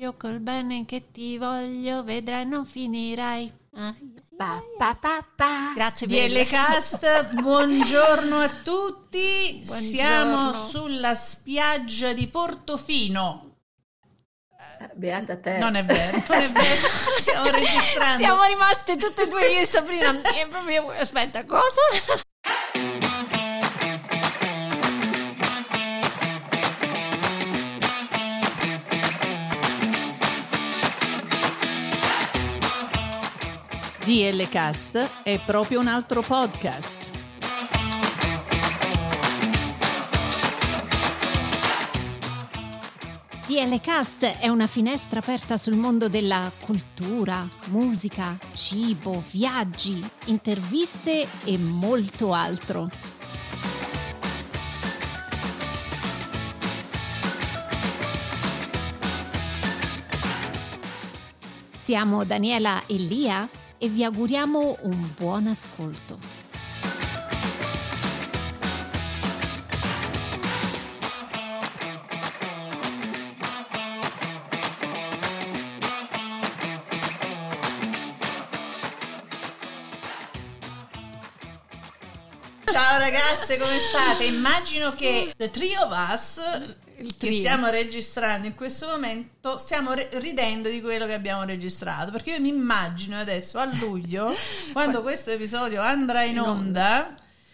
Io col bene che ti voglio, vedrai non finirai. Grazie per DL Cast, buongiorno a tutti. Buongiorno. Siamo sulla spiaggia di Portofino. Beata te. Non è vero. Stiamo registrando. Siamo rimaste tutte e due io e Sabrina. E proprio, aspetta, cosa? DL Cast è proprio un altro podcast. DL Cast è una finestra aperta sul mondo della cultura, musica, cibo, viaggi, interviste e molto altro. Siamo Daniela e Lia e vi auguriamo un buon ascolto. Ciao ragazze, come state? Immagino che the three of us che stiamo registrando in questo momento stiamo ridendo di quello che abbiamo registrato, perché io mi immagino adesso a luglio, quando questo episodio andrà in onda,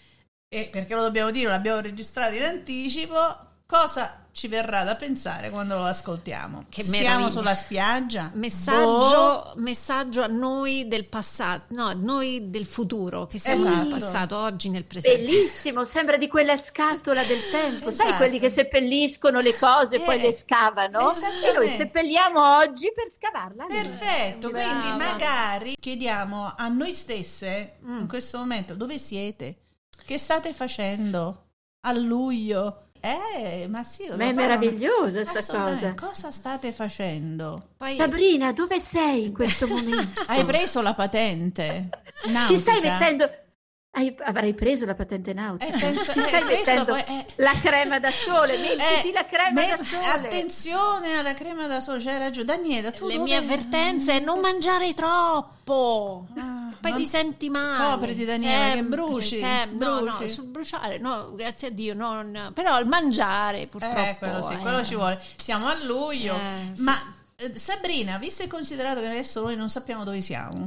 e perché lo dobbiamo dire, l'abbiamo registrato in anticipo, cosa ci verrà da pensare quando lo ascoltiamo? Che siamo sulla spiaggia? Messaggio a noi del passato, no, noi del futuro, che siamo nel passato, oggi nel presente. Bellissimo, sembra di quella scatola del tempo, sai, quelli che seppelliscono le cose e poi le scavano, e noi seppelliamo oggi per scavarla. Perfetto, quindi magari chiediamo a noi stesse in questo momento: dove siete? Che state facendo a luglio? Ma sì, ma è meravigliosa sta cosa. Cosa state facendo? Poi... Sabrina, dove sei in questo momento? Hai preso la patente nautica? Ti stai mettendo... Avrai preso la patente nautica? Ti stai mettendo la crema da sole? Mettiti la crema da sole. Attenzione alla crema da sole, c'hai ragione. Daniela, tu le mie avvertenze: non mangiare troppo, poi ti senti male. Copriti, Daniela, che bruci. No, sul bruciare no, grazie a Dio, però il mangiare purtroppo quello ci vuole. Siamo a luglio, ma Sabrina, visto e considerato che adesso noi non sappiamo dove siamo,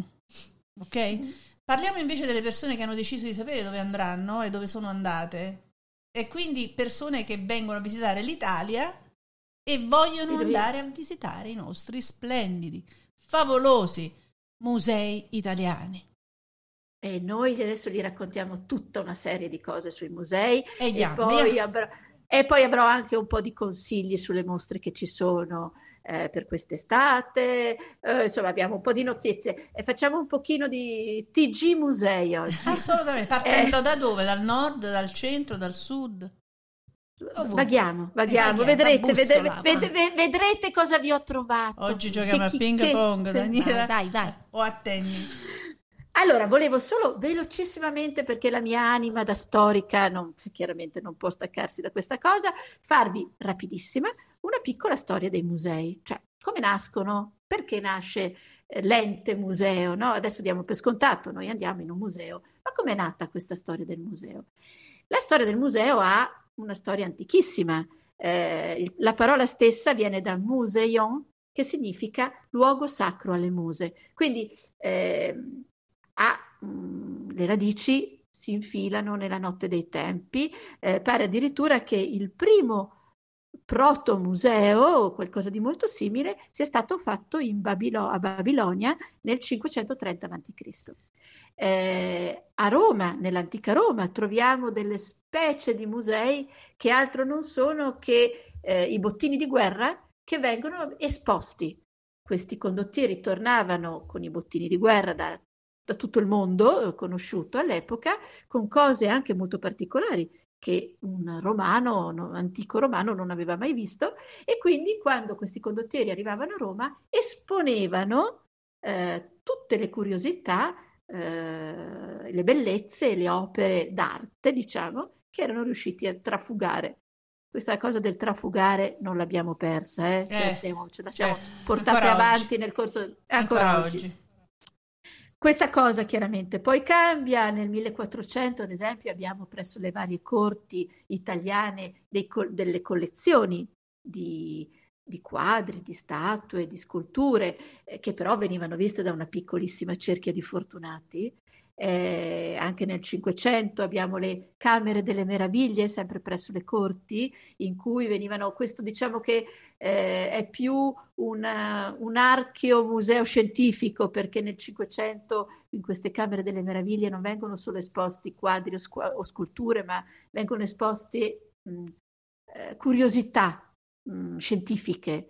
ok? Parliamo invece delle persone che hanno deciso di sapere dove andranno e dove sono andate, e quindi persone che vengono a visitare l'Italia e vogliono andare a visitare i nostri splendidi, favolosi musei italiani. E noi adesso gli raccontiamo tutta una serie di cose sui musei e poi avrò anche un po' di consigli sulle mostre che ci sono per quest'estate, insomma abbiamo un po' di notizie e facciamo un pochino di TG Musei oggi. Assolutamente, partendo da dove? Dal nord, dal centro, dal sud? Vaghiamo, vedrete cosa vi ho trovato. Oggi giochiamo a ping pong, Daniela. Dai. O a tennis. Allora, volevo solo velocissimamente, perché la mia anima da storica chiaramente non può staccarsi da questa cosa, farvi rapidissima una piccola storia dei musei, cioè come nascono, perché nasce l'ente museo, no? Adesso diamo per scontato, noi andiamo in un museo, ma com'è nata questa storia del museo? La storia del museo ha una storia antichissima, la parola stessa viene da museion, che significa luogo sacro alle muse, quindi le radici si infilano nella notte dei tempi, pare addirittura che il primo proto-museo o qualcosa di molto simile sia stato fatto a Babilonia nel 530 a.C. A Roma, nell'antica Roma, troviamo delle specie di musei che altro non sono che i bottini di guerra che vengono esposti. Questi condottieri tornavano con i bottini di guerra da tutto il mondo conosciuto all'epoca, con cose anche molto particolari che un antico romano non aveva mai visto, e quindi quando questi condottieri arrivavano a Roma esponevano tutte le curiosità, le bellezze e le opere d'arte, diciamo, che erano riusciti a trafugare questa cosa del trafugare non l'abbiamo persa, ce la siamo portate ancora avanti oggi. nel corso, Ancora oggi. Questa cosa chiaramente poi cambia. Nel 1400, ad esempio, abbiamo presso le varie corti italiane delle collezioni di quadri, di statue, di sculture, che però venivano viste da una piccolissima cerchia di fortunati. Anche nel Cinquecento abbiamo le Camere delle Meraviglie, sempre presso le corti, in cui venivano, questo diciamo che è più un archeo-museo scientifico, perché nel Cinquecento in queste Camere delle Meraviglie non vengono solo esposti quadri o sculture, ma vengono esposti curiosità scientifiche,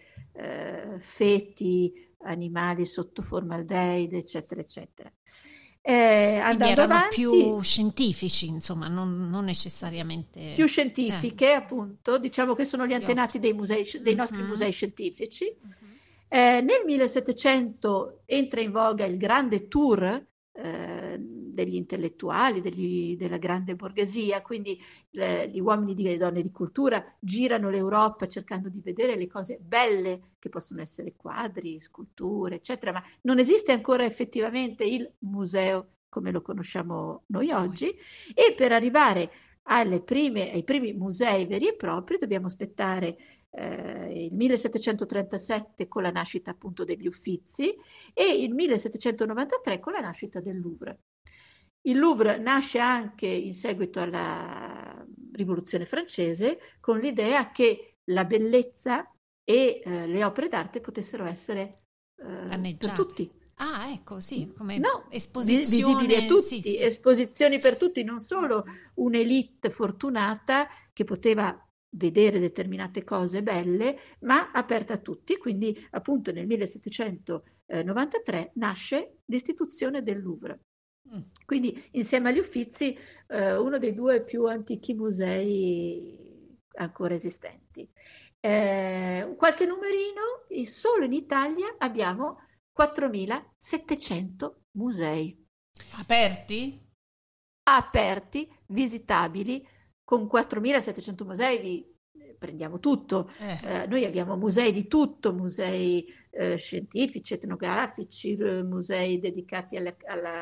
feti, animali sotto formaldeide, eccetera, eccetera. Quindi erano avanti, più scientifici, insomma, non necessariamente... più scientifiche, appunto, diciamo che sono gli antenati dei nostri musei scientifici. Nel 1700 entra in voga il grande tour degli intellettuali, della grande borghesia, quindi gli uomini e le donne di cultura girano l'Europa cercando di vedere le cose belle che possono essere quadri, sculture, eccetera, ma non esiste ancora effettivamente il museo come lo conosciamo noi oggi, e per arrivare ai primi musei veri e propri dobbiamo aspettare il 1737 con la nascita appunto degli Uffizi e il 1793 con la nascita del Louvre. Il Louvre nasce anche in seguito alla Rivoluzione francese con l'idea che la bellezza e le opere d'arte potessero essere per tutti. Ah, ecco, sì, come visibili a tutti, sì. Esposizioni per tutti, non solo un'elite fortunata che poteva vedere determinate cose belle, ma aperta a tutti. Quindi appunto nel 1793 nasce l'istituzione del Louvre. Quindi insieme agli Uffizi uno dei due più antichi musei ancora esistenti. Qualche numerino, solo in Italia abbiamo 4.700 musei. Aperti, visitabili. Con 4.700 musei vi prendiamo tutto. Noi abbiamo musei di tutto, musei scientifici, etnografici, musei dedicati a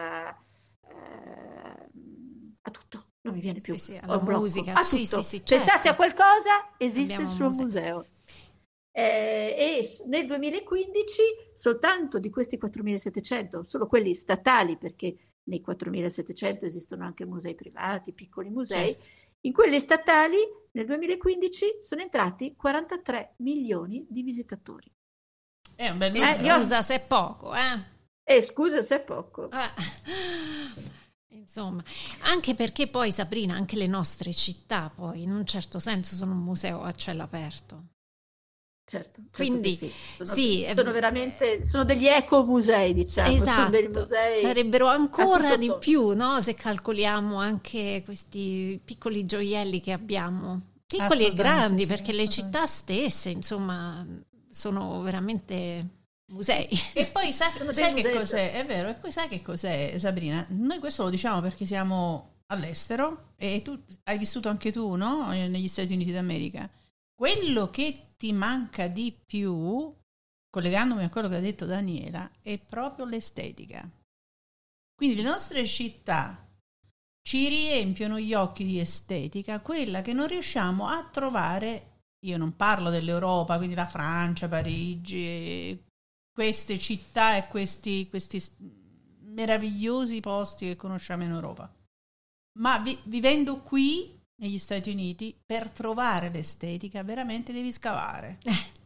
tutto. Non mi viene più. Alla musica. A tutto. Certo. Pensate a qualcosa, esiste il suo museo. E nel 2015 soltanto di questi 4.700, solo quelli statali, perché nei 4.700 esistono anche musei privati, piccoli musei, certo. In quelli statali nel 2015 sono entrati 43 milioni di visitatori. È un bel numero. Scusa se è poco, scusa se è poco. Insomma, anche perché poi, Sabrina, anche le nostre città poi in un certo senso sono un museo a cielo aperto. Certo, quindi sono veramente degli ecomusei, diciamo. Esatto, sono dei musei sarebbero ancora di più, no? Se calcoliamo anche questi piccoli gioielli che abbiamo, piccoli e grandi, perché le città stesse, insomma, sono veramente musei. E poi sai che cos'è? È vero, e poi sai che cos'è, Sabrina? Noi questo lo diciamo perché siamo all'estero e tu hai vissuto anche tu, no? Negli Stati Uniti d'America. Quello che ti manca di più, collegandomi a quello che ha detto Daniela, è proprio l'estetica. Quindi le nostre città ci riempiono gli occhi di estetica, quella che non riusciamo a trovare. Io non parlo dell'Europa, quindi la Francia, Parigi, queste città e questi meravigliosi posti che conosciamo in Europa. Ma vivendo qui negli Stati Uniti, per trovare l'estetica veramente devi scavare.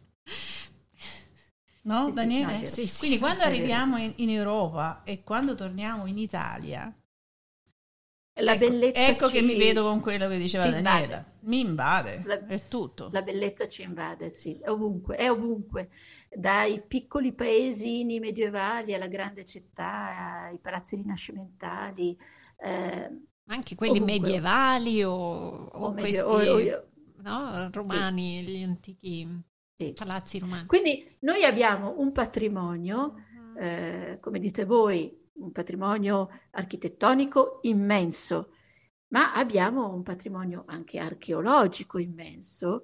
No, Daniele? Sì. Quindi quando arriviamo in Europa e quando torniamo in Italia, la bellezza che mi vedo con quello che diceva Daniela. Mi invade, è tutto. La bellezza ci invade, sì, è ovunque. Dai piccoli paesini medievali alla grande città, ai palazzi rinascimentali, anche quelli medievali o questi romani, gli antichi palazzi romani. Quindi noi abbiamo un patrimonio, come dite voi, un patrimonio architettonico immenso, ma abbiamo un patrimonio anche archeologico immenso,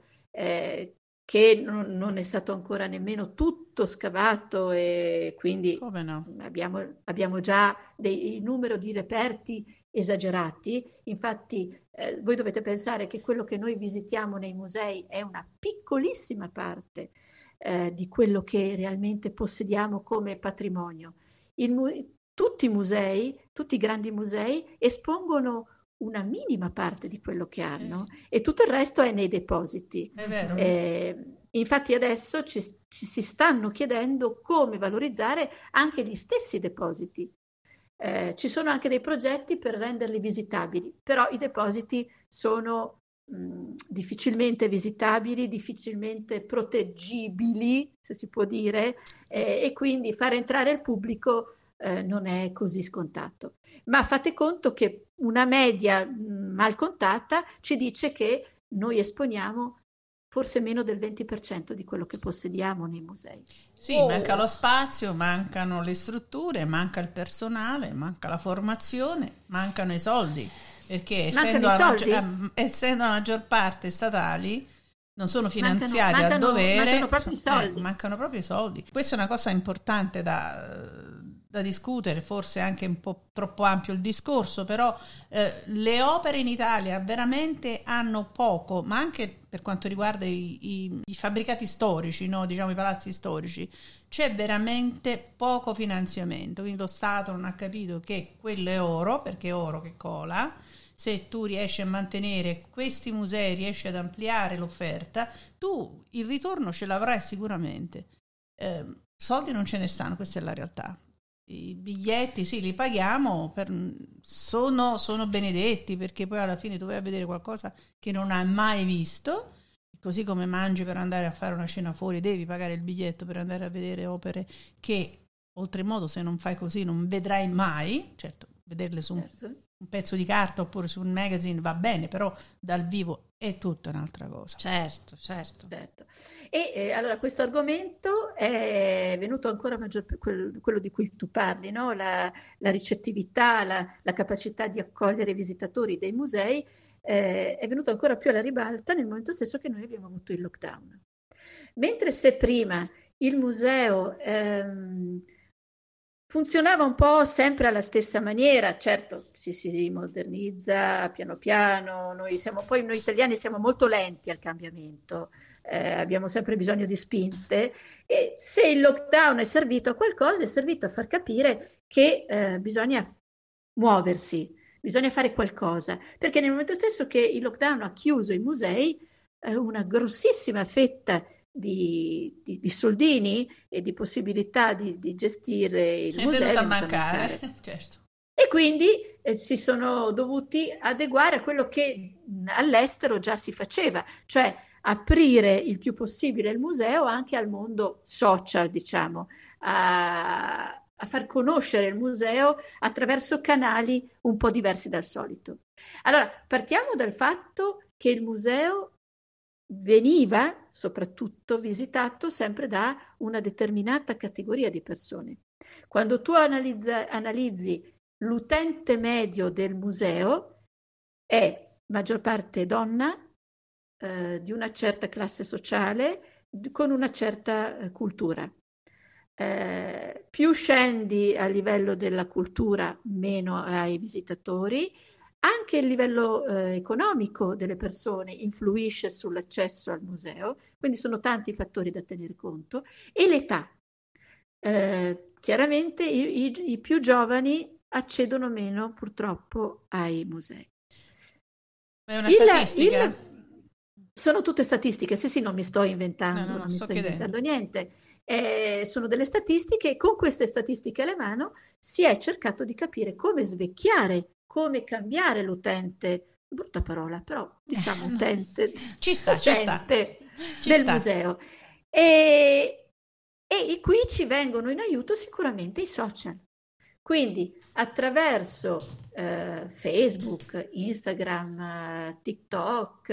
che non è stato ancora nemmeno tutto scavato, e quindi Come no? abbiamo già un numero di reperti esagerati. Infatti, voi dovete pensare che quello che noi visitiamo nei musei è una piccolissima parte di quello che realmente possediamo come patrimonio. Tutti i musei, tutti i grandi musei espongono una minima parte di quello che hanno e tutto il resto è nei depositi. È vero. Infatti adesso ci si stanno chiedendo come valorizzare anche gli stessi depositi. Ci sono anche dei progetti per renderli visitabili, però i depositi sono difficilmente visitabili, difficilmente proteggibili, se si può dire, e quindi far entrare il pubblico non è così scontato. Ma fate conto che una media mal contata ci dice che noi esponiamo forse meno del 20% di quello che possediamo nei musei. Sì, manca lo spazio, mancano le strutture, manca il personale, manca la formazione, mancano i soldi, perché essendo la maggior parte statali, non sono finanziati a dovere, mancano proprio i soldi. Mancano proprio i soldi. Questa è una cosa importante da discutere, forse anche un po' troppo ampio il discorso, però le opere in Italia veramente hanno poco, ma anche per quanto riguarda i fabbricati storici, no? Diciamo i palazzi storici, c'è veramente poco finanziamento, quindi lo Stato non ha capito che quello è oro, perché è oro che cola. Se tu riesci a mantenere questi musei, riesci ad ampliare l'offerta, tu il ritorno ce l'avrai sicuramente. Soldi non ce ne stanno, questa è la realtà. I biglietti sì, li paghiamo, sono benedetti, perché poi alla fine tu vai a vedere qualcosa che non hai mai visto, così come mangi per andare a fare una cena fuori, devi pagare il biglietto per andare a vedere opere che oltremodo se non fai così non vedrai mai. Certo, vederle su un pezzo di carta oppure su un magazine va bene, però dal vivo è tutta un'altra cosa. Certo. E allora questo argomento è venuto ancora maggiore, quello di cui tu parli, no? La ricettività, la capacità di accogliere i visitatori dei musei è venuto ancora più alla ribalta nel momento stesso che noi abbiamo avuto il lockdown. Mentre se prima il museo funzionava un po' sempre alla stessa maniera, certo si modernizza piano piano, noi italiani siamo molto lenti al cambiamento, abbiamo sempre bisogno di spinte, e se il lockdown è servito a qualcosa, è servito a far capire che bisogna muoversi, bisogna fare qualcosa, perché nel momento stesso che il lockdown ha chiuso i musei, una grossissima fetta di soldini e di possibilità di gestire il museo è venuta a mancare. Certo. E quindi si sono dovuti adeguare a quello che all'estero già si faceva, cioè aprire il più possibile il museo anche al mondo social, diciamo, a far conoscere il museo attraverso canali un po' diversi dal solito. Allora, partiamo dal fatto che il museo veniva soprattutto visitato sempre da una determinata categoria di persone. Quando tu analizzi l'utente medio del museo, è maggior parte donna, di una certa classe sociale, con una certa cultura. Più scendi a livello della cultura, meno hai visitatori. Anche il livello economico delle persone influisce sull'accesso al museo, quindi sono tanti i fattori da tenere conto, e l'età. Chiaramente i più giovani accedono meno purtroppo ai musei. È una statistica? Sono tutte statistiche, sì, non mi sto inventando, non mi sto inventando niente. Sono delle statistiche, e con queste statistiche alla mano si è cercato di capire come svecchiare, come cambiare l'utente, brutta parola, però diciamo utente, ci sta. del museo. E qui ci vengono in aiuto sicuramente i social. Quindi attraverso Facebook, Instagram, TikTok,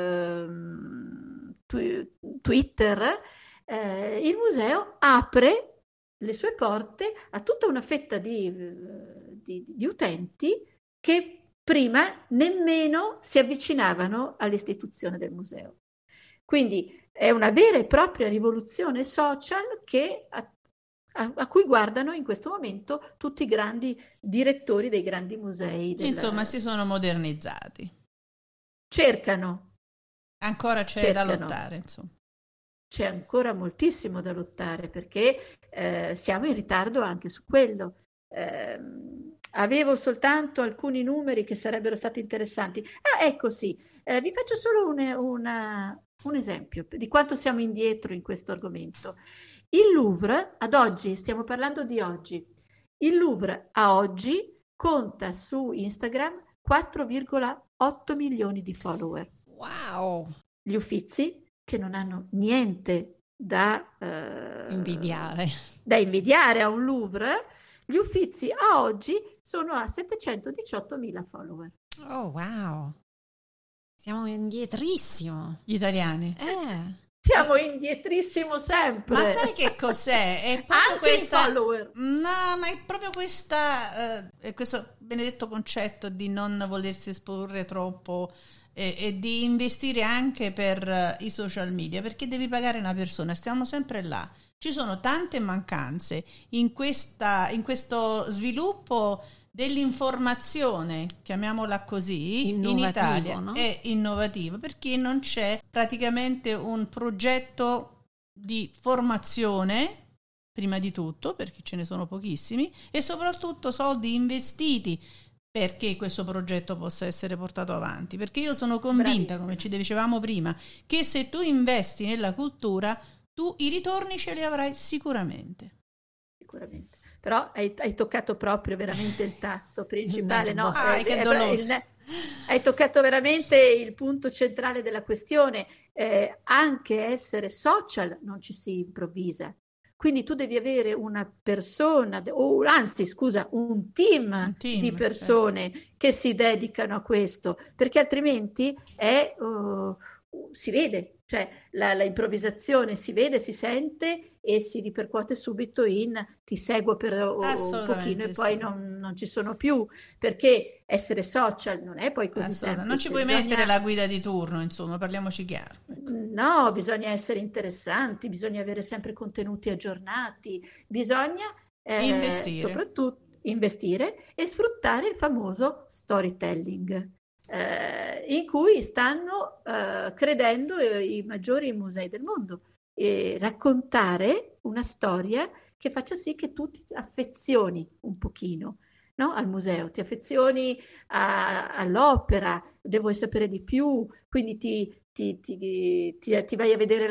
Twitter, il museo apre le sue porte a tutta una fetta di utenti che prima nemmeno si avvicinavano all'istituzione del museo. Quindi è una vera e propria rivoluzione social che a cui guardano in questo momento tutti i grandi direttori dei grandi musei. Insomma, si sono modernizzati. Cercano. Ancora c'è da lottare, insomma. C'è ancora moltissimo da lottare perché siamo in ritardo anche su quello. Avevo soltanto alcuni numeri che sarebbero stati interessanti. Ecco sì, vi faccio solo un esempio di quanto siamo indietro in questo argomento. Il Louvre, ad oggi, stiamo parlando di oggi, il Louvre a oggi conta su Instagram 4,8 milioni di follower. Wow! Gli Uffizi, che non hanno niente da invidiare a un Louvre, gli Uffizi a oggi sono a 718.000 follower. Oh, wow! Siamo indietrissimo. Gli italiani. Siamo indietrissimo sempre. Ma sai che cos'è? È proprio anche questa... follower. No, ma è proprio questo benedetto concetto di non volersi esporre troppo e di investire anche per i social media, perché devi pagare una persona, stiamo sempre là. Ci sono tante mancanze in questo sviluppo dell'informazione, chiamiamola così, in Italia, no? È innovativo perché non c'è praticamente un progetto di formazione, prima di tutto, perché ce ne sono pochissimi, e soprattutto soldi investiti perché questo progetto possa essere portato avanti, perché io sono convinta, come ci dicevamo prima, che se tu investi nella cultura, tu i ritorni ce li avrai sicuramente. Però hai toccato proprio veramente il tasto principale, no? Hai toccato veramente il punto centrale della questione. Anche essere social non ci si improvvisa. Quindi tu devi avere una persona, un team di persone che si dedicano a questo, perché altrimenti si vede. Cioè la improvvisazione si vede, si sente e si ripercuote subito in ti seguo per un pochino e poi non ci sono più, perché essere social non è poi così semplice. Non ci puoi mettere la guida di turno, insomma, parliamoci chiaro. No, bisogna essere interessanti, bisogna avere sempre contenuti aggiornati, bisogna soprattutto investire e sfruttare il famoso storytelling. In cui stanno credendo i maggiori musei del mondo, raccontare una storia che faccia sì che tu ti affezioni un pochino, no? Al museo, ti affezioni all'opera, vuoi sapere di più, quindi ti vai a vedere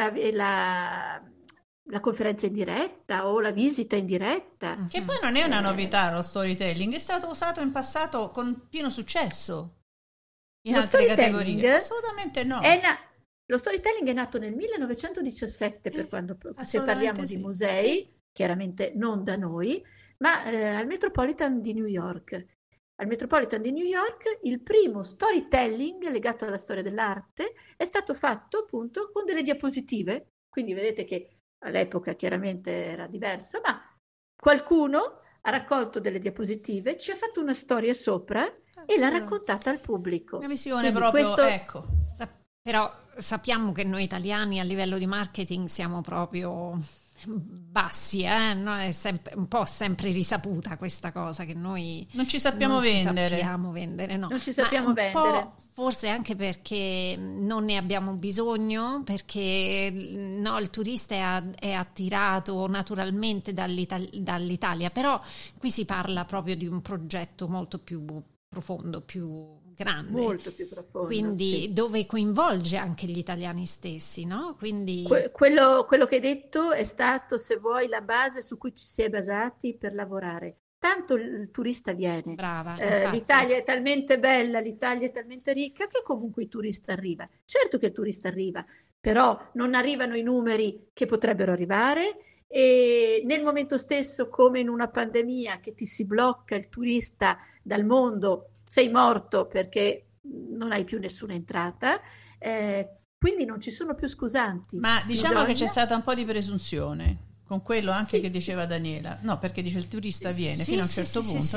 la conferenza in diretta o la visita in diretta. Che poi non è una novità lo storytelling, è stato usato in passato con pieno successo. In altre categorie? Assolutamente no. Lo storytelling è nato nel 1917, per quando se parliamo di musei, chiaramente non da noi, ma al Metropolitan di New York. Al Metropolitan di New York il primo storytelling legato alla storia dell'arte è stato fatto appunto con delle diapositive, quindi vedete che all'epoca chiaramente era diverso, ma qualcuno ha raccolto delle diapositive, ci ha fatto una storia sopra e l'ha raccontata al pubblico. Una visione proprio, ecco. Però sappiamo che noi italiani a livello di marketing siamo proprio bassi, no? È un po' sempre risaputa questa cosa che noi non ci sappiamo vendere. No. Non ci sappiamo vendere. Forse anche perché non ne abbiamo bisogno, perché no, il turista è attirato naturalmente dall'Italia, però qui si parla proprio di un progetto molto più profondo, più grande, molto più profondo, quindi sì. Dove coinvolge anche gli italiani stessi, no? Quindi quello che hai detto è stato, se vuoi, la base su cui ci si è basati per lavorare. Tanto il turista viene. Brava, l'Italia è talmente bella, l'Italia è talmente ricca che comunque il turista arriva. Certo che il turista arriva, però non arrivano i numeri che potrebbero arrivare. E nel momento stesso, come in una pandemia che ti si blocca il turista dal mondo, sei morto perché non hai più nessuna entrata, quindi non ci sono più scusanti. Ma diciamo che c'è stata un po' di presunzione con quello anche che diceva Daniela, no, perché dice il turista viene fino a un certo punto, no?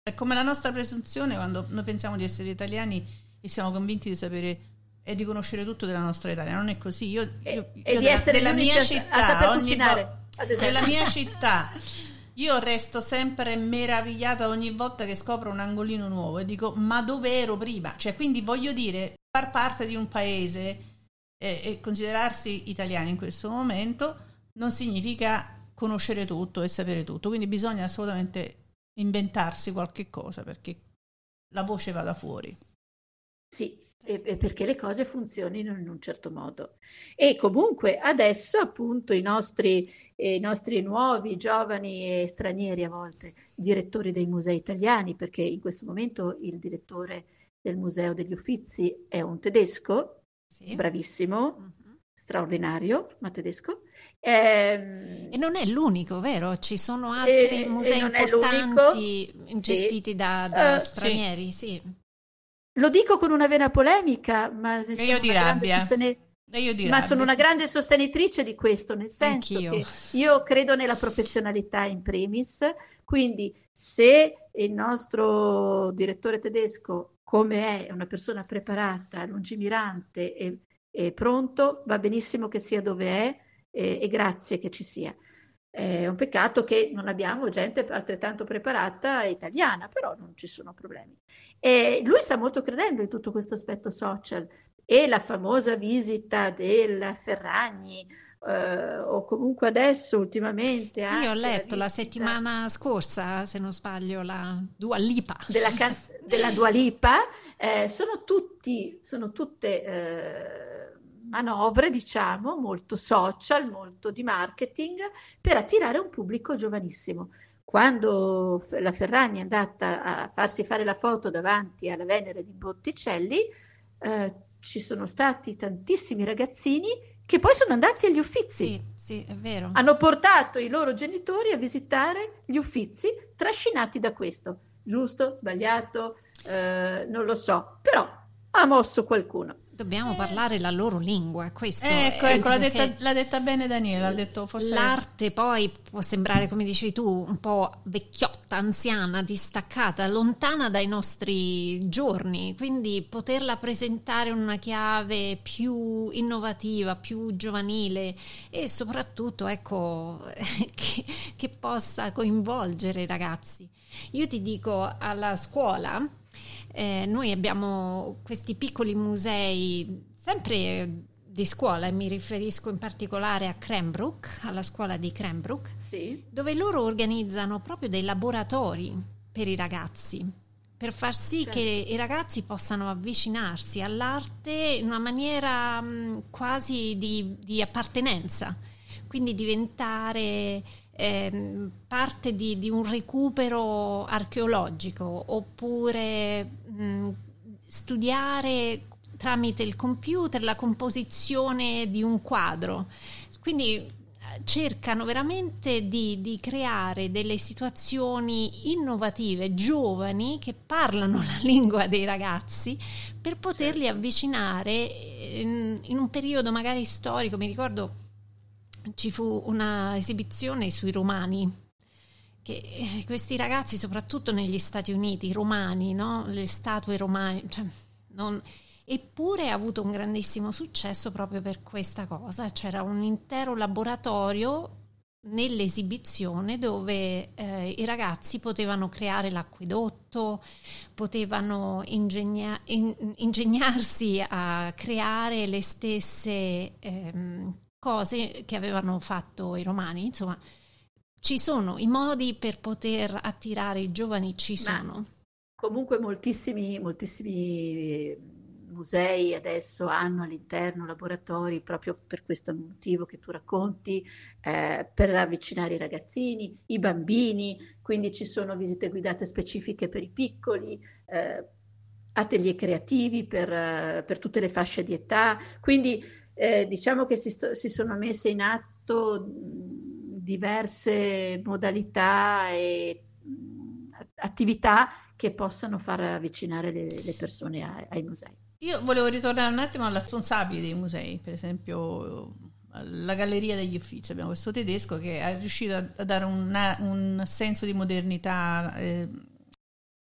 È come la nostra presunzione quando noi pensiamo di essere italiani e siamo convinti di sapere e di conoscere tutto della nostra Italia. Non è così. Io di essere della mia città, a saper cucinare, della mia città, io resto sempre meravigliata ogni volta che scopro un angolino nuovo e dico: ma dove ero prima? Cioè, quindi voglio dire, far parte di un paese e considerarsi italiani in questo momento non significa conoscere tutto e sapere tutto, quindi bisogna assolutamente inventarsi qualche cosa perché la voce vada fuori. Sì, e perché le cose funzionino in un certo modo. E comunque adesso appunto i nostri nuovi, giovani e stranieri a volte, direttori dei musei italiani, perché in questo momento il direttore del Museo degli Uffizi è un tedesco, sì, bravissimo, straordinario, ma tedesco. E non è l'unico, vero? Ci sono altri musei importanti gestiti sì, da stranieri, sì. Lo dico con una vena polemica, ma sono una grande sostenitrice di questo, nel senso che io credo nella professionalità in primis, quindi se il nostro direttore tedesco, come è una persona preparata, lungimirante e pronto, va benissimo che sia dove è e grazie che ci sia. È un peccato che non abbiamo gente altrettanto preparata italiana, però non ci sono problemi. E lui sta molto credendo in tutto questo aspetto social e la famosa visita del Ferragni, o comunque adesso ultimamente sì, anche ho letto la settimana scorsa, se non sbaglio, la Dua Lipa della Dua Lipa, sono tutte manovre, diciamo, molto social, molto di marketing per attirare un pubblico giovanissimo. Quando la Ferragni è andata a farsi fare la foto davanti alla Venere di Botticelli, ci sono stati tantissimi ragazzini che poi sono andati agli Uffizi. Sì, sì, è vero. Hanno portato i loro genitori a visitare gli Uffizi, trascinati da questo. Giusto? Sbagliato? Non lo so, però ha mosso qualcuno. Dobbiamo parlare la loro lingua, questo ecco, l'ha detta bene Daniela, ha detto forse... L'arte poi può sembrare, come dicevi tu, un po' vecchiotta, anziana, distaccata, lontana dai nostri giorni, quindi poterla presentare in una chiave più innovativa, più giovanile e soprattutto, ecco, che possa coinvolgere i ragazzi. Io ti dico, alla scuola noi abbiamo questi piccoli musei, sempre di scuola, e mi riferisco in particolare a Cranbrook, alla scuola di Cranbrook, sì, dove loro organizzano proprio dei laboratori per i ragazzi, per far sì che i ragazzi possano avvicinarsi all'arte in una maniera quasi di appartenenza, quindi diventare parte di un recupero archeologico, oppure studiare tramite il computer la composizione di un quadro. Quindi cercano veramente di creare delle situazioni innovative, giovani, che parlano la lingua dei ragazzi, per poterli avvicinare in un periodo magari storico. Mi ricordo ci fu una esibizione sui romani, che questi ragazzi, soprattutto negli Stati Uniti, i romani, no? Le statue romane, eppure ha avuto un grandissimo successo proprio per questa cosa. C'era un intero laboratorio nell'esibizione dove i ragazzi potevano creare l'acquedotto, potevano ingegnarsi a creare le stesse cose che avevano fatto i romani. Insomma, ci sono i modi per poter attirare i giovani, ci sono. Comunque moltissimi musei adesso hanno all'interno laboratori proprio per questo motivo che tu racconti, per avvicinare i ragazzini, i bambini, quindi ci sono visite guidate specifiche per i piccoli, atelier creativi per tutte le fasce di età, quindi diciamo che si sono messe in atto diverse modalità e attività che possano far avvicinare le persone ai musei. Io volevo ritornare un attimo al responsabile dei musei, per esempio la Galleria degli Uffizi. Abbiamo questo tedesco che è riuscito a dare un senso di modernità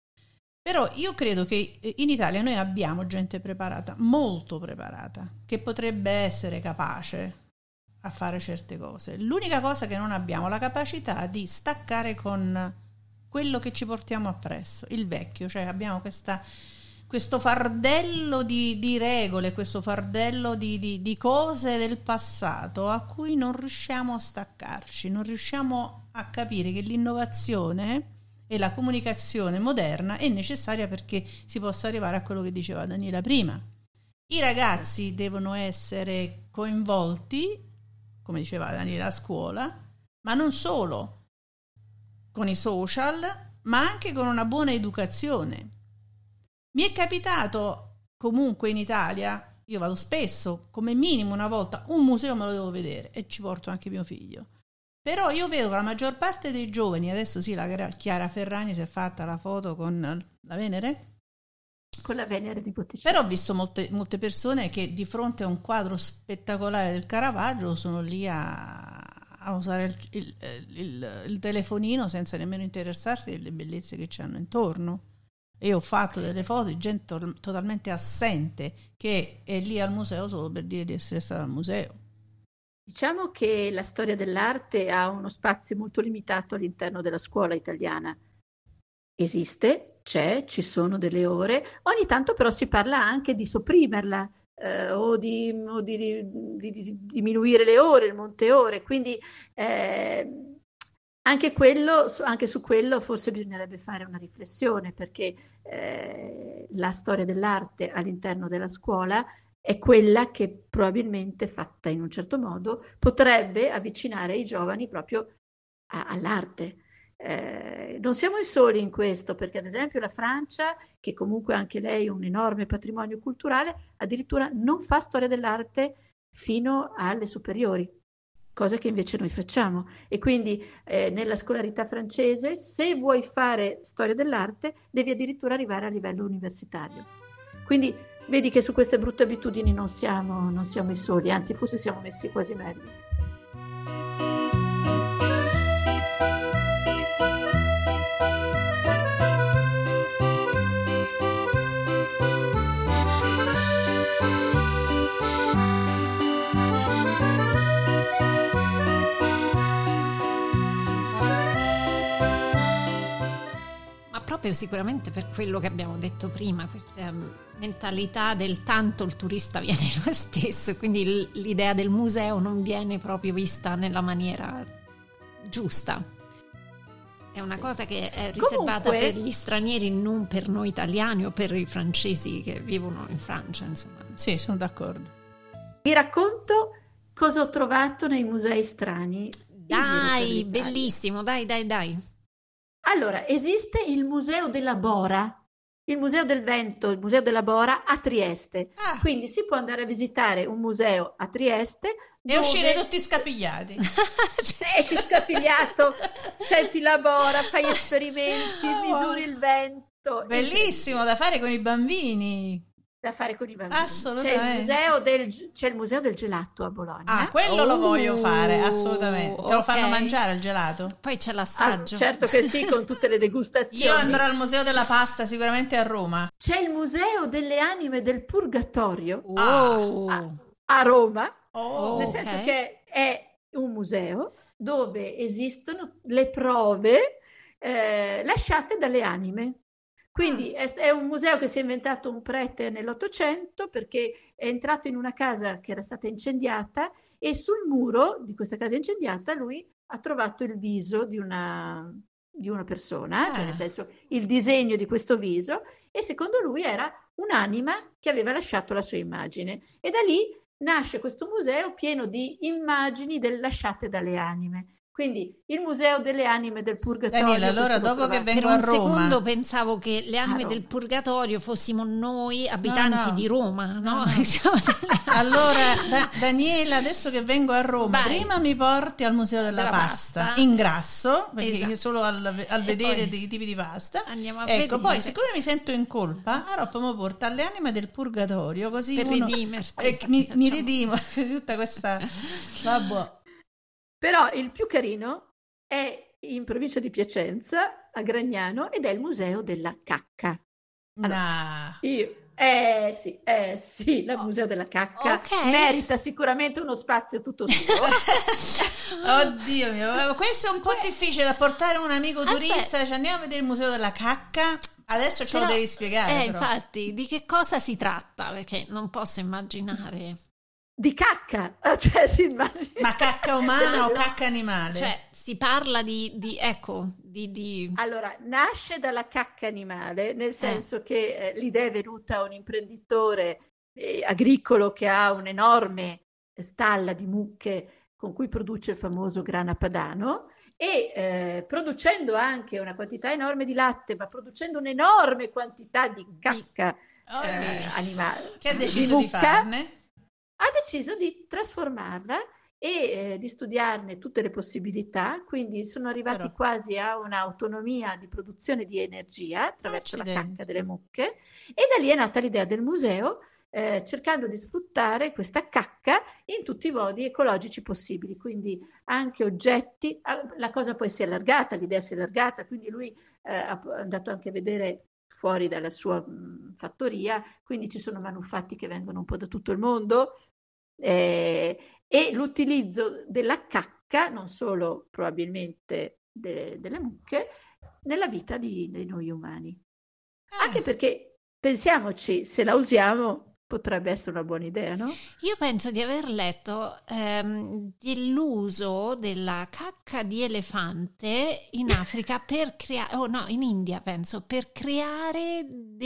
Però io credo che in Italia noi abbiamo gente preparata, molto preparata, che potrebbe essere capace a fare certe cose. L'unica cosa che non abbiamo è la capacità di staccare con quello che ci portiamo appresso, il vecchio, cioè abbiamo questo fardello di regole, questo fardello di cose del passato a cui non riusciamo a staccarci, non riusciamo a capire che l'innovazione e la comunicazione moderna è necessaria perché si possa arrivare a quello che diceva Daniela prima. I ragazzi devono essere coinvolti, come diceva Daniela, a scuola, ma non solo con i social, ma anche con una buona educazione. Mi è capitato comunque in Italia, io vado spesso, come minimo una volta, un museo me lo devo vedere e ci porto anche mio figlio. Però io vedo che la maggior parte dei giovani, adesso sì, la Chiara Ferragni si è fatta la foto con la Venere? Con la Venere di Botticelli. Però ho visto molte persone che di fronte a un quadro spettacolare del Caravaggio sono lì a usare il telefonino senza nemmeno interessarsi delle bellezze che ci hanno intorno. E io ho fatto delle foto di gente totalmente assente che è lì al museo solo per dire di essere stata al museo. Diciamo che la storia dell'arte ha uno spazio molto limitato all'interno della scuola italiana. Esiste, ci sono delle ore, ogni tanto però si parla anche di sopprimerla o di diminuire le ore, il monte ore, quindi anche su quello forse bisognerebbe fare una riflessione, perché la storia dell'arte all'interno della scuola è quella che probabilmente, fatta in un certo modo, potrebbe avvicinare i giovani proprio all'arte. Non siamo i soli in questo, perché ad esempio la Francia, che comunque anche lei ha un enorme patrimonio culturale, addirittura non fa storia dell'arte fino alle superiori, cosa che invece noi facciamo. E quindi nella scolarità francese, se vuoi fare storia dell'arte, devi addirittura arrivare a livello universitario. Quindi vedi che su queste brutte abitudini non siamo i soli, anzi forse siamo messi quasi meglio. Proprio sicuramente per quello che abbiamo detto prima, questa mentalità del tanto il turista viene lo stesso, quindi l'idea del museo non viene proprio vista nella maniera giusta. È una cosa che è riservata per gli stranieri, non per noi italiani o per i francesi che vivono in Francia, insomma. Sì, sono d'accordo. Vi racconto cosa ho trovato nei musei strani. Dai, bellissimo, dai. Allora, esiste il Museo della Bora, il Museo del Vento, il Museo della Bora a Trieste. Quindi si può andare a visitare un museo a Trieste e uscire tutti scapigliati. Esci scapigliato, senti la Bora, fai esperimenti, misuri il vento. Bellissimo, da fare con i bambini. Da fare con i bambini. Assolutamente. C'è il museo del gelato a Bologna. Quello lo voglio fare, assolutamente. Te lo fanno mangiare il gelato? Poi c'è l'assaggio. Certo che sì, con tutte le degustazioni. Io andrò al museo della pasta sicuramente a Roma. C'è il museo delle anime del Purgatorio a Roma, nel senso che è un museo dove esistono le prove lasciate dalle anime. Quindi è un museo che si è inventato un prete nell'Ottocento, perché è entrato in una casa che era stata incendiata e sul muro di questa casa incendiata lui ha trovato il viso di una persona, cioè nel senso il disegno di questo viso, e secondo lui era un'anima che aveva lasciato la sua immagine. E da lì nasce questo museo pieno di immagini lasciate dalle anime. Quindi il museo delle anime del Purgatorio. Daniela, allora dopo che vengo a Roma... Per un secondo pensavo che le anime del Purgatorio fossimo noi abitanti di Roma, no? Allora Daniela, adesso che vengo a Roma, prima mi porti al museo della pasta in grasso, perché solo al vedere dei tipi di pasta. Andiamo a vedere. Poi siccome mi sento in colpa, allora poi mi porta alle anime del Purgatorio, così per redimerti. Mi redimo tutta questa... Vabbè. Però il più carino è in provincia di Piacenza, a Gragnano, ed è il museo della cacca. Allora, sì, il Museo della Cacca merita sicuramente uno spazio tutto suo. Oddio mio, questo è un po' difficile da portare un amico turista, cioè andiamo a vedere il Museo della Cacca. Adesso ce lo devi spiegare. Però. Infatti, di che cosa si tratta? Perché non posso immaginare. Di cacca, cioè si immagina. Ma cacca umana o cacca animale? Cioè, si parla di Allora, nasce dalla cacca animale, nel senso che l'idea è venuta a un imprenditore agricolo che ha un'enorme stalla di mucche con cui produce il famoso grana padano e producendo anche una quantità enorme di latte, ma producendo un'enorme quantità di cacca animale. Che ha deciso di farne? Ha deciso di trasformarla e di studiarne tutte le possibilità, quindi sono arrivati quasi a un'autonomia di produzione di energia attraverso la cacca delle mucche e da lì è nata l'idea del museo, cercando di sfruttare questa cacca in tutti i modi ecologici possibili, quindi anche oggetti, la cosa poi si è allargata, l'idea si è allargata, quindi lui è andato anche a vedere fuori dalla sua fattoria, quindi ci sono manufatti che vengono un po' da tutto il mondo e l'utilizzo della cacca, non solo probabilmente delle mucche, nella vita di noi umani. Anche perché, pensiamoci, se la usiamo potrebbe essere una buona idea, no? Io penso di aver letto dell'uso della cacca di elefante in Africa per creare, in India penso, per creare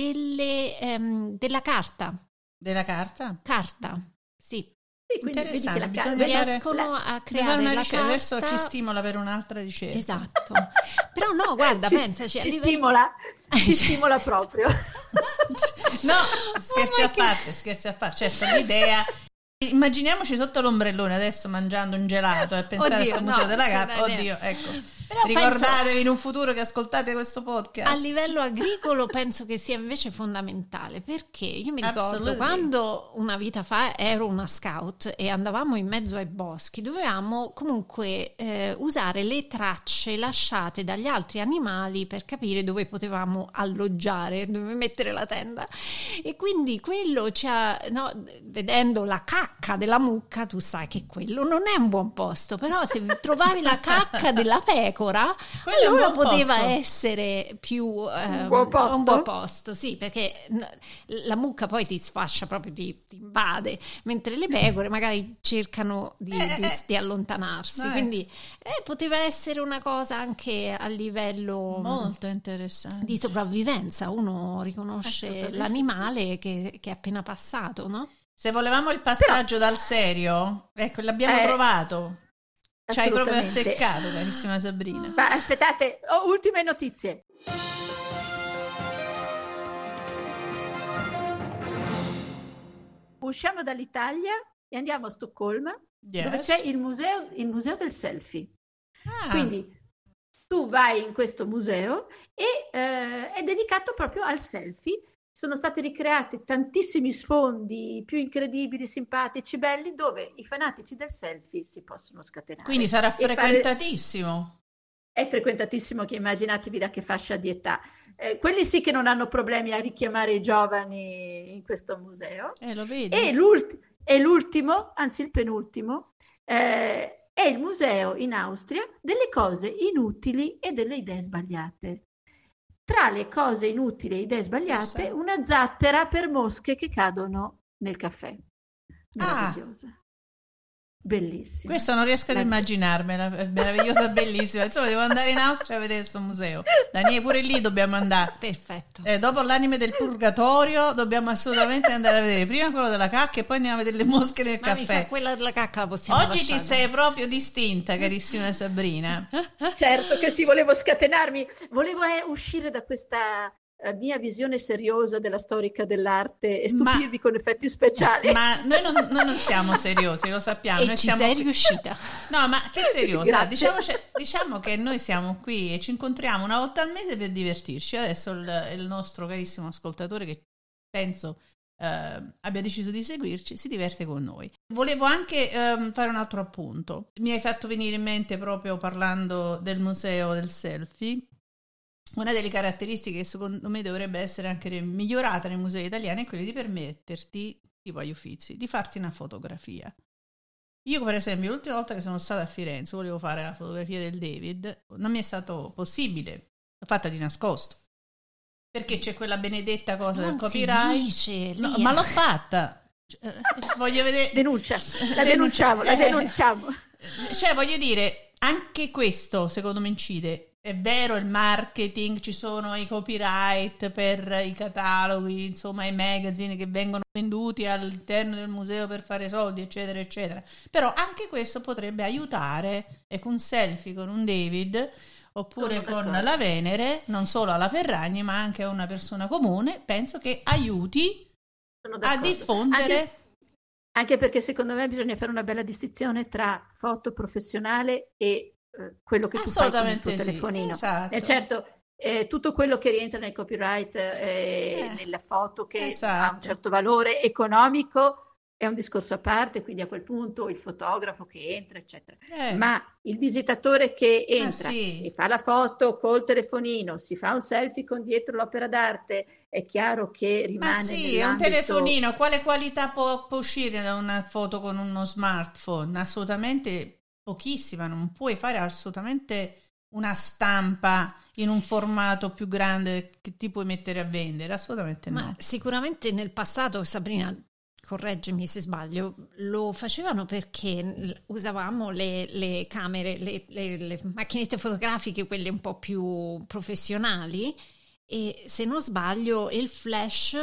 della carta. Della carta? Carta, sì. Sì, quindi interessante, riescono a creare la carta. Adesso ci stimola per un'altra ricerca. Esatto. Però no, guarda, pensaci. Ci stimola proprio. No, scherzi a parte. Certo, l'idea... Immaginiamoci sotto l'ombrellone adesso mangiando un gelato e pensare a questo museo della cacca. Oddio, ecco. Però ricordatevi in un futuro che ascoltate questo podcast. A livello agricolo penso che sia invece fondamentale, perché io mi ricordo quando una vita fa ero una scout e andavamo in mezzo ai boschi, dovevamo comunque usare le tracce lasciate dagli altri animali per capire dove potevamo alloggiare, dove mettere la tenda, e quindi quello ci ha, vedendo la cacca della mucca, tu sai che quello non è un buon posto, però se trovavi la cacca della pecora, allora poteva essere più un buon posto, sì, perché la mucca poi ti sfascia proprio, ti invade, mentre le pecore magari cercano di allontanarsi, quindi poteva essere una cosa anche a livello molto interessante di sopravvivenza, uno riconosce l'animale che è appena passato, no? Se volevamo il passaggio dal serio, ecco, l'abbiamo trovato. Ci hai proprio azzeccato, carissima Sabrina. Ma aspettate, ultime notizie. Usciamo dall'Italia e andiamo a Stoccolma, dove c'è il museo del selfie. Quindi tu vai in questo museo e è dedicato proprio al selfie. Sono stati ricreati tantissimi sfondi più incredibili, simpatici, belli, dove i fanatici del selfie si possono scatenare. Quindi sarà frequentatissimo. È frequentatissimo, che immaginatevi da che fascia di età. Quelli sì che non hanno problemi a richiamare i giovani in questo museo. Lo vedi. E l'ultimo, anzi il penultimo, è il museo in Austria delle cose inutili e delle idee sbagliate. Tra le cose inutili e idee sbagliate, una zattera per mosche che cadono nel caffè. Meravigliosa. Bellissima. Questa non riesco ad immaginarmela, è meravigliosa, bellissima. Insomma, devo andare in Austria a vedere questo museo. Daniele, pure lì dobbiamo andare. Perfetto. Dopo l'anime del purgatorio dobbiamo assolutamente andare a vedere prima quello della cacca e poi andiamo a vedere le mosche nel caffè. Mi sa quella della cacca la possiamo Oggi lasciare. Ti sei proprio distinta, carissima Sabrina. Certo che sì, volevo scatenarmi, volevo uscire da questa mia visione seriosa della storica dell'arte e stupirvi con effetti speciali. Ma noi non siamo seriosi, lo sappiamo. E noi ci sei riuscita. No, ma che seriosa? Diciamo che noi siamo qui e ci incontriamo una volta al mese per divertirci. Adesso il nostro carissimo ascoltatore, che penso abbia deciso di seguirci, si diverte con noi. Volevo anche fare un altro appunto. Mi hai fatto venire in mente, proprio parlando del museo del selfie, una delle caratteristiche che secondo me dovrebbe essere anche migliorata nei musei italiani è quella di permetterti, tipo agli Uffizi, di farti una fotografia. Io per esempio l'ultima volta che sono stata a Firenze volevo fare la fotografia del David, non mi è stato possibile, l'ho fatta di nascosto, perché c'è quella benedetta cosa non del copyright. Dice, no, ma l'ho fatta. Voglio vedere. La denunciamo. Cioè, voglio dire, anche questo secondo me incide. È vero il marketing, ci sono i copyright per i cataloghi, insomma i magazine che vengono venduti all'interno del museo per fare soldi, eccetera, eccetera. Però anche questo potrebbe aiutare, ecco, un selfie con un David oppure con la Venere, non solo alla Ferragni, ma anche a una persona comune, penso che aiuti a diffondere. Anche perché secondo me bisogna fare una bella distinzione tra foto professionale e quello che tu fai con il tuo telefonino. Esatto. Certo, tutto quello che rientra nel copyright nella foto che ha un certo valore economico è un discorso a parte, quindi a quel punto il fotografo che entra, eccetera. Ma il visitatore che entra e fa la foto col telefonino, si fa un selfie con dietro l'opera d'arte, è chiaro che rimane nell'ambito... è un telefonino, quale qualità può uscire da una foto con uno smartphone? Assolutamente pochissima, non puoi fare assolutamente una stampa in un formato più grande che ti puoi mettere a vendere, assolutamente no. Ma sicuramente nel passato, Sabrina, correggimi se sbaglio, lo facevano perché usavamo le camere, le macchinette fotografiche, quelle un po' più professionali, e se non sbaglio il flash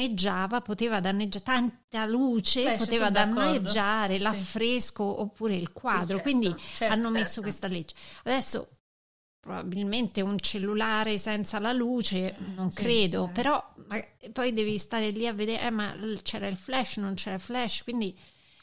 poteva danneggiare tanta luce, poteva danneggiare l'affresco oppure il quadro, quindi hanno messo questa legge. Adesso probabilmente un cellulare senza la luce non credo, però poi devi stare lì a vedere ma c'era il flash, non c'era il flash, quindi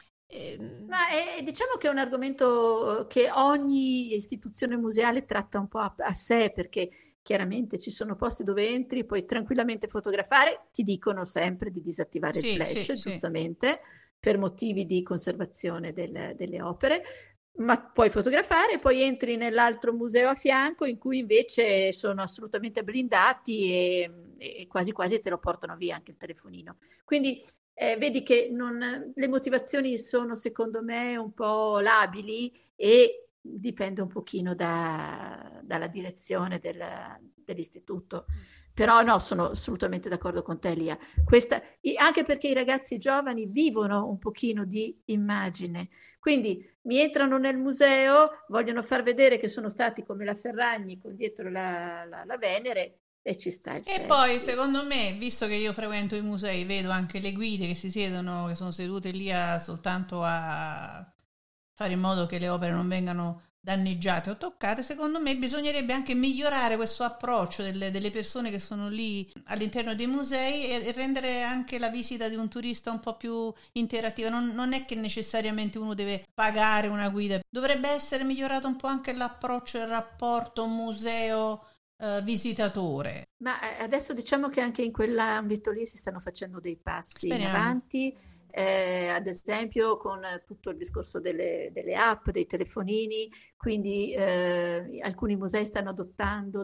diciamo che è un argomento che ogni istituzione museale tratta un po' a sé, perché chiaramente ci sono posti dove entri, puoi tranquillamente fotografare, ti dicono sempre di disattivare il flash, giustamente, per motivi di conservazione delle opere, ma puoi fotografare, poi entri nell'altro museo a fianco in cui invece sono assolutamente blindati e quasi quasi te lo portano via anche il telefonino. Quindi vedi che le motivazioni sono secondo me un po' labili e dipende un pochino dalla direzione dell'istituto. Però no, sono assolutamente d'accordo con te, Lia. Anche perché i ragazzi giovani vivono un pochino di immagine. Quindi mi entrano nel museo, vogliono far vedere che sono stati come la Ferragni con dietro la Venere e ci sta il selfie. E poi secondo me, visto che io frequento i musei, vedo anche le guide che che sono sedute lì soltanto a fare in modo che le opere non vengano danneggiate o toccate, secondo me bisognerebbe anche migliorare questo approccio delle persone che sono lì all'interno dei musei e rendere anche la visita di un turista un po' più interattiva. Non è che necessariamente uno deve pagare una guida, dovrebbe essere migliorato un po' anche l'approccio e il rapporto museo visitatore. Ma adesso diciamo che anche in quell'ambito lì si stanno facendo dei passi in avanti. Ad esempio con tutto il discorso delle app, dei telefonini, quindi alcuni musei stanno adottando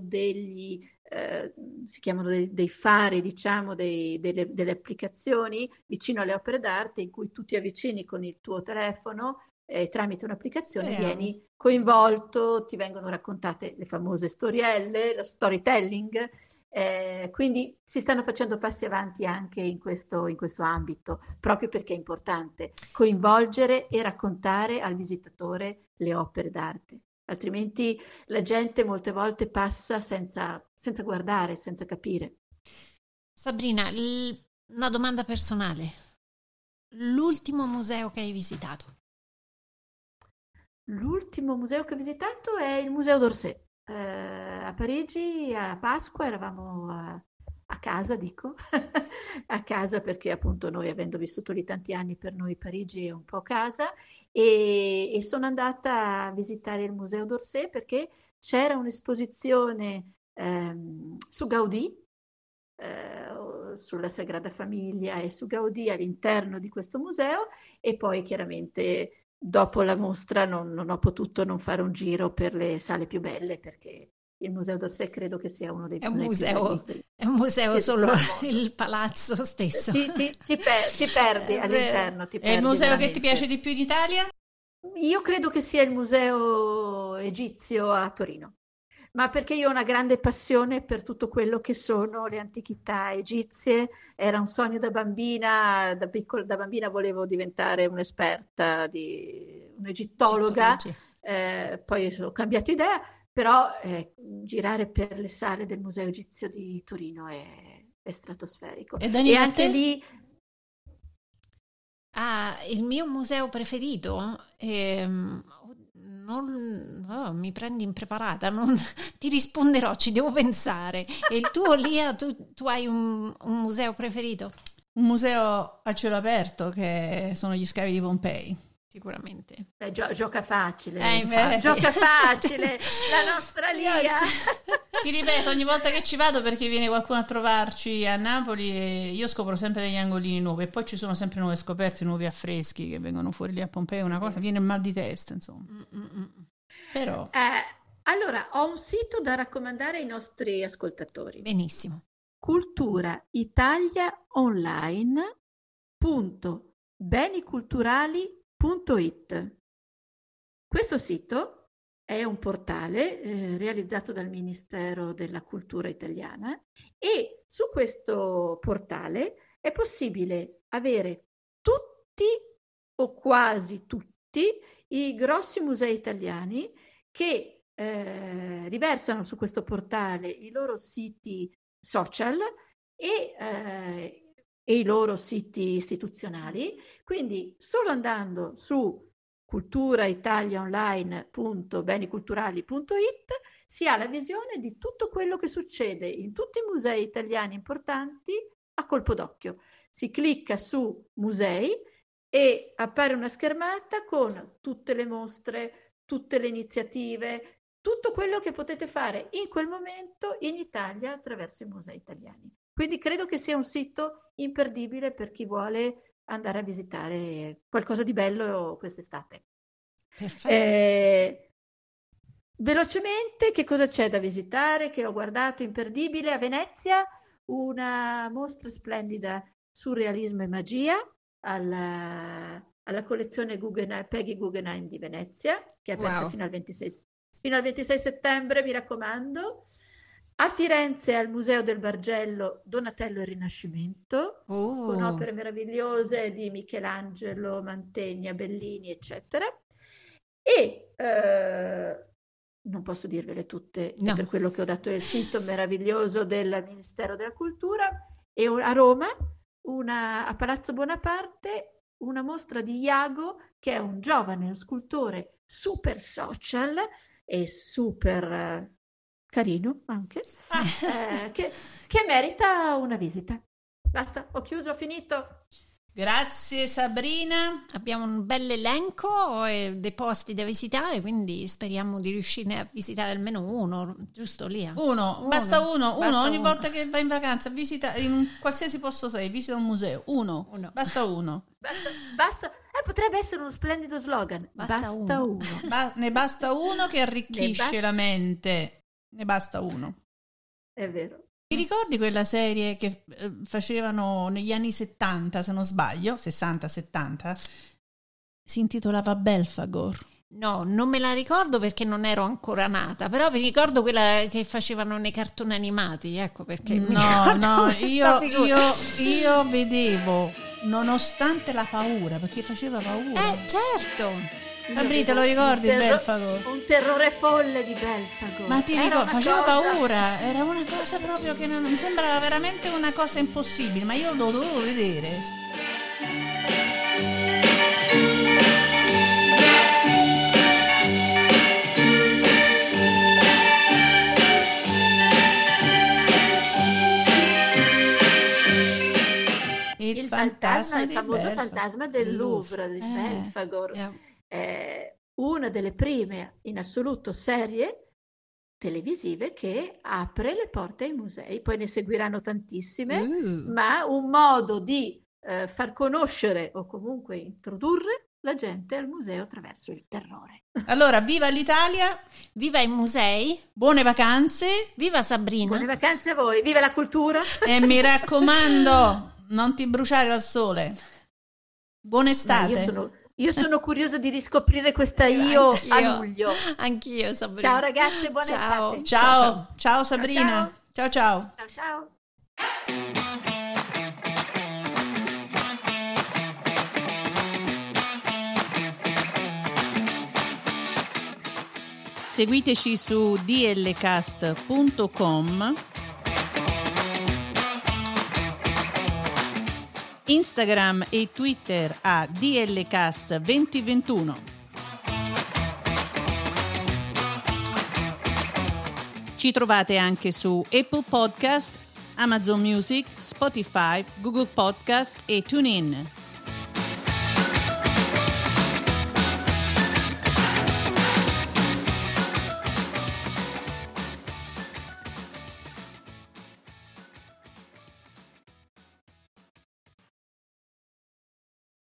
si chiamano dei fari, diciamo, delle applicazioni vicino alle opere d'arte in cui tu ti avvicini con il tuo telefono tramite un'applicazione vieni coinvolto, ti vengono raccontate le famose storielle, lo storytelling, quindi si stanno facendo passi avanti anche in questo ambito, proprio perché è importante coinvolgere e raccontare al visitatore le opere d'arte, altrimenti la gente molte volte passa senza guardare, senza capire. Sabrina, una domanda personale: l'ultimo museo che hai visitato? L'ultimo museo che ho visitato è il Museo d'Orsay. A Parigi, a Pasqua, eravamo a casa, dico, a casa perché appunto noi, avendo vissuto lì tanti anni, per noi Parigi è un po' casa, e sono andata a visitare il Museo d'Orsay perché c'era un'esposizione su Gaudì, sulla Sagrada Famiglia e su Gaudì all'interno di questo museo, e poi chiaramente dopo la mostra non ho potuto non fare un giro per le sale più belle perché il Museo d'Orsay credo che sia uno dei È un più museo, belli è un museo che solo esistono al mondo. il palazzo stesso. Ti perdi È all'interno, ti È il perdi museo che veramente. ti piace di più in Italia? Io credo che sia il Museo Egizio a Torino, ma perché io ho una grande passione per tutto quello che sono le antichità egizie. Era un sogno da bambina, da bambina volevo diventare un'esperta, un'egittologa, poi ho cambiato idea, però girare per le sale del Museo Egizio di Torino è stratosferico. E anche lì... il mio museo preferito, mi prendi impreparata, ti risponderò, ci devo pensare. E il tuo, Lia, tu hai un museo preferito? Un museo a cielo aperto che sono gli scavi di Pompei. Sicuramente. Gioca facile, gioca facile la nostra Lia. Ti ripeto, ogni volta che ci vado, perché viene qualcuno a trovarci a Napoli, e io scopro sempre degli angolini nuovi, e poi ci sono sempre nuove scoperte, nuovi affreschi che vengono fuori lì a Pompei, una cosa, viene il mal di testa, insomma. Però allora, ho un sito da raccomandare ai nostri ascoltatori. Benissimo. culturaitalia.online.beniculturali.it. Questo sito è un portale realizzato dal Ministero della Cultura italiana, e su questo portale è possibile avere tutti o quasi tutti i grossi musei italiani che riversano su questo portale i loro siti social e i loro siti istituzionali. Quindi solo andando su culturaitaliaonline.beniculturali.it si ha la visione di tutto quello che succede in tutti i musei italiani importanti a colpo d'occhio. Si clicca su musei e appare una schermata con tutte le mostre, tutte le iniziative, tutto quello che potete fare in quel momento in Italia attraverso i musei italiani. Quindi credo che sia un sito imperdibile per chi vuole andare a visitare qualcosa di bello quest'estate. Velocemente, che cosa c'è da visitare che ho guardato imperdibile? A Venezia una mostra splendida surrealismo e magia alla collezione Peggy Guggenheim di Venezia, che è aperta fino al 26 settembre, mi raccomando. A Firenze al Museo del Bargello Donatello e il Rinascimento, con opere meravigliose di Michelangelo, Mantegna, Bellini, eccetera. E non posso dirvele tutte, no, per quello che ho dato il sito meraviglioso del Ministero della Cultura. E a Roma, a Palazzo Bonaparte, una mostra di Iago, che è un giovane scultore super social e super carino anche, che merita una visita. Basta, ho chiuso, ho finito. Grazie Sabrina. Abbiamo un bel elenco dei posti da visitare, quindi speriamo di riuscire a visitare almeno uno, giusto Lia? Basta uno ogni volta che vai in vacanza, visita in qualsiasi posto sei, visita un museo, uno. Basta uno. Basta. Potrebbe essere uno splendido slogan. Basta uno. Ne basta uno che arricchisce la mente. Ne basta uno. È vero. Ti ricordi quella serie che facevano negli anni 70, se non sbaglio, 60-70? Si intitolava Belfagor. No, non me la ricordo perché non ero ancora nata, però vi ricordo quella che facevano nei cartoni animati, ecco perché io vedevo, nonostante la paura, perché faceva paura. Certo. Fabri, te lo ricordi Belfagor? Un terrore folle di Belfagor. Ma ti ricordo, faceva paura, era una cosa proprio che mi sembrava veramente una cosa impossibile, ma io lo dovevo vedere. Il famoso fantasma del Louvre, di Belfagor. Una delle prime in assoluto serie televisive che apre le porte ai musei. Poi ne seguiranno tantissime, ma un modo di far conoscere o comunque introdurre la gente al museo attraverso il terrore. Allora, viva l'Italia! Viva i musei! Buone vacanze! Viva Sabrina! Buone vacanze a voi! Viva la cultura! E mi raccomando, non ti bruciare al sole. Buona estate! Io sono curiosa di riscoprire questa io a luglio. Anch'io, Sabrina. Ciao ragazze, buona estate. Ciao Sabrina. Ciao. Ciao. Seguiteci su dlcast.com, Instagram e Twitter a dlcast2021. Ci trovate anche su Apple Podcast, Amazon Music, Spotify, Google Podcast e TuneIn.